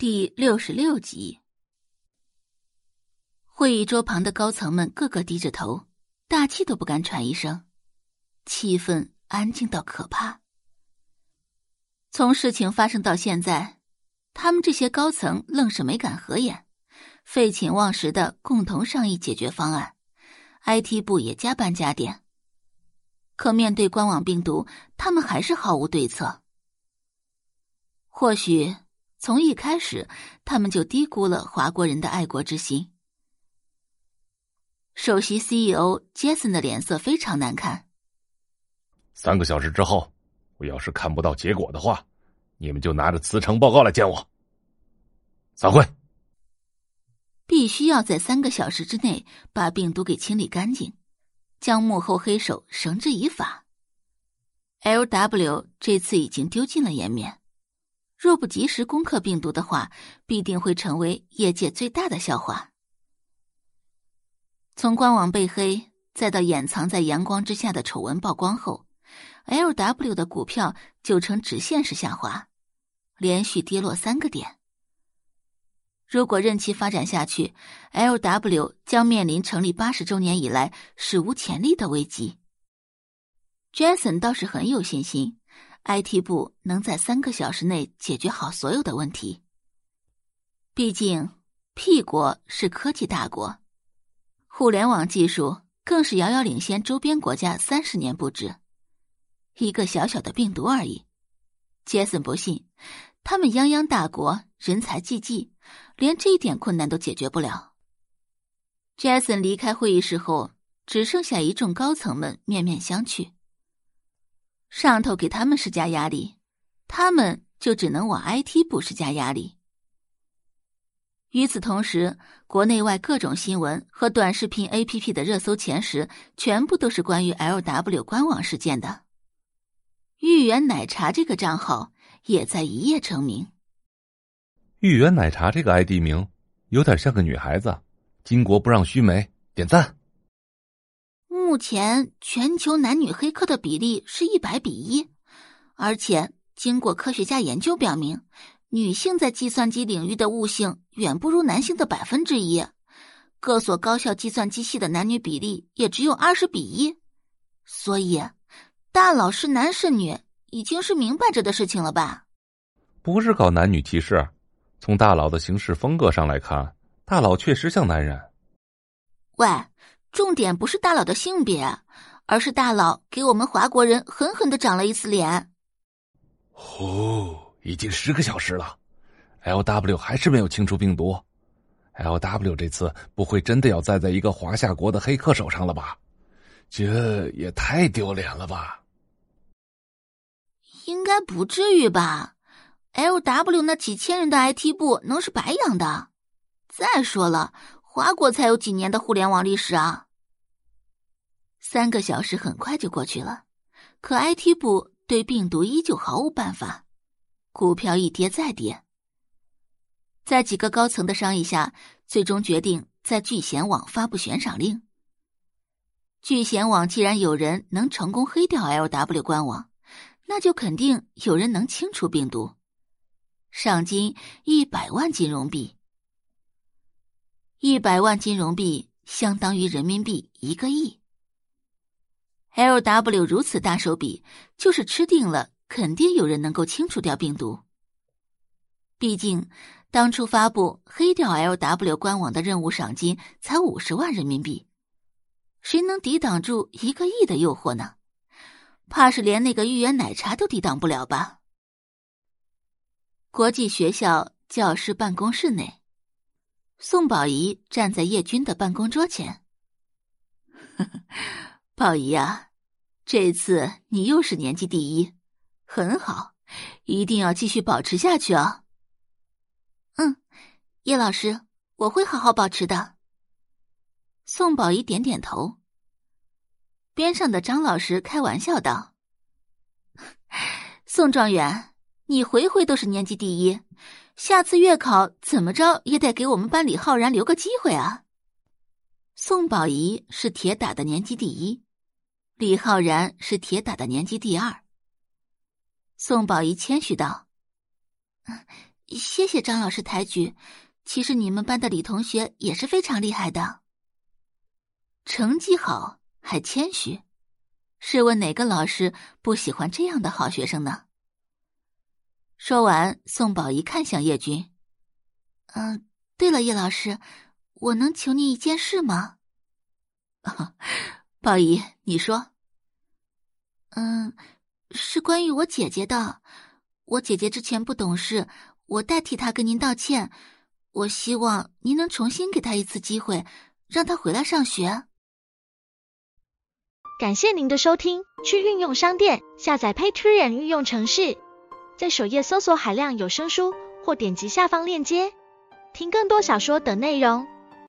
第66集。会议桌旁的高层们个个低着头，大气都不敢喘一声，气氛安静到可怕。从事情发生到现在，他们这些高层愣是没敢合眼，废寝忘食的共同商议解决方案， IT 部也加班加点。可面对官网病毒，他们还是毫无对策。或许从一开始他们就低估了华国人的爱国之心。首席 CEO 杰森的脸色非常难看。 3个小时之后，我要是看不到结果的话，你们就拿着辞呈报告来见我。散会。 必须要在3个小时之内把病毒给清理干净，将幕后黑手绳之以法。LW 这次已经丢尽了颜面，若不及时攻克病毒的话，必定会成为业界最大的笑话。从官网被黑，再到掩藏在阳光之下的丑闻曝光后， LW 的股票就呈直线式下滑，连续跌落3个点。如果任其发展下去， LW 将面临成立80周年以来史无前例的危机。Jason 倒是很有信心IT 部能在3个小时内解决好所有的问题。毕竟 P 国是科技大国，互联网技术更是遥遥领先周边国家30年不止。一个小小的病毒而已，杰森不信他们泱泱大国人才济济，连这一点困难都解决不了。杰森离开会议室后，只剩下一众高层们面面相觑。上头给他们施加压力，他们就只能往 IT 部施加压力。与此同时，国内外各种新闻和短视频 APP 的热搜前10全部都是关于 LW 官网事件的。芋圆奶茶这个账号也在一夜成名。 芋圆奶茶这个 ID 名有点像个女孩子，巾帼不让须眉，点赞。 目前全球男女黑客的比例是100:1，而且经过科学家研究表明，女性在计算机领域的悟性远不如男性的1%，各所高校计算机系的男女比例也只有20:1，所以大佬是男是女已经是明摆着的事情了吧？ 不是搞男女歧视，从大佬的行事风格上来看，大佬确实像男人。 喂，重点不是大佬的性别，而是大佬给我们华国人狠狠地长了一次脸。 已经10个小时了， LW 还是没有清除病毒。 LW 这次不会真的要栽在一个华夏国的黑客手上了吧？这也太丢脸了吧。 应该不至于吧， LW 那几千人的 IT 部能是白养的？再说了，华国才有几年的互联网历史啊。3个小时很快就过去了，可 IT 部对病毒依旧毫无办法，股票一跌再跌。在几个高层的商议下，最终决定在聚贤网发布悬赏令。聚贤网既然有人能成功黑掉 LW 官网，那就肯定有人能清除病毒。赏金100万金融币，100万金融币相当于人民币1个亿。LW 如此大手笔，就是吃定了肯定有人能够清除掉病毒。毕竟当初发布黑掉 LW 官网的任务赏金才50万人民币，谁能抵挡住1个亿的诱惑呢？怕是连那个芋圆奶茶都抵挡不了吧。国际学校教师办公室内，宋宝仪站在叶军的办公桌前。宝仪啊，这次你又是年级第1，很好，一定要继续保持下去啊。叶老师，我会好好保持的。宋宝仪点点头。边上的张老师开玩笑道：宋状元，你回回都是年级第1，下次月考怎么着也得给我们班李浩然留个机会啊。宋宝仪是铁打的年级第1，李浩然是铁打的年级第2。宋宝仪谦虚道： 谢谢张老师抬举，其实你们班的李同学也是非常厉害的。成绩好还谦虚，试问哪个老师不喜欢这样的好学生呢？说完，宋宝仪看向叶军。对了，叶老师，我能求你一件事吗？宝仪，你说。是关于我姐姐的。我姐姐之前不懂事，我代替她跟您道歉。我希望您能重新给她一次机会，让她回来上学。 感谢您的收听，去运用商店下载 Patreon 运用程式，在首页搜索海量有声书，或点击下方链接听更多小说等内容。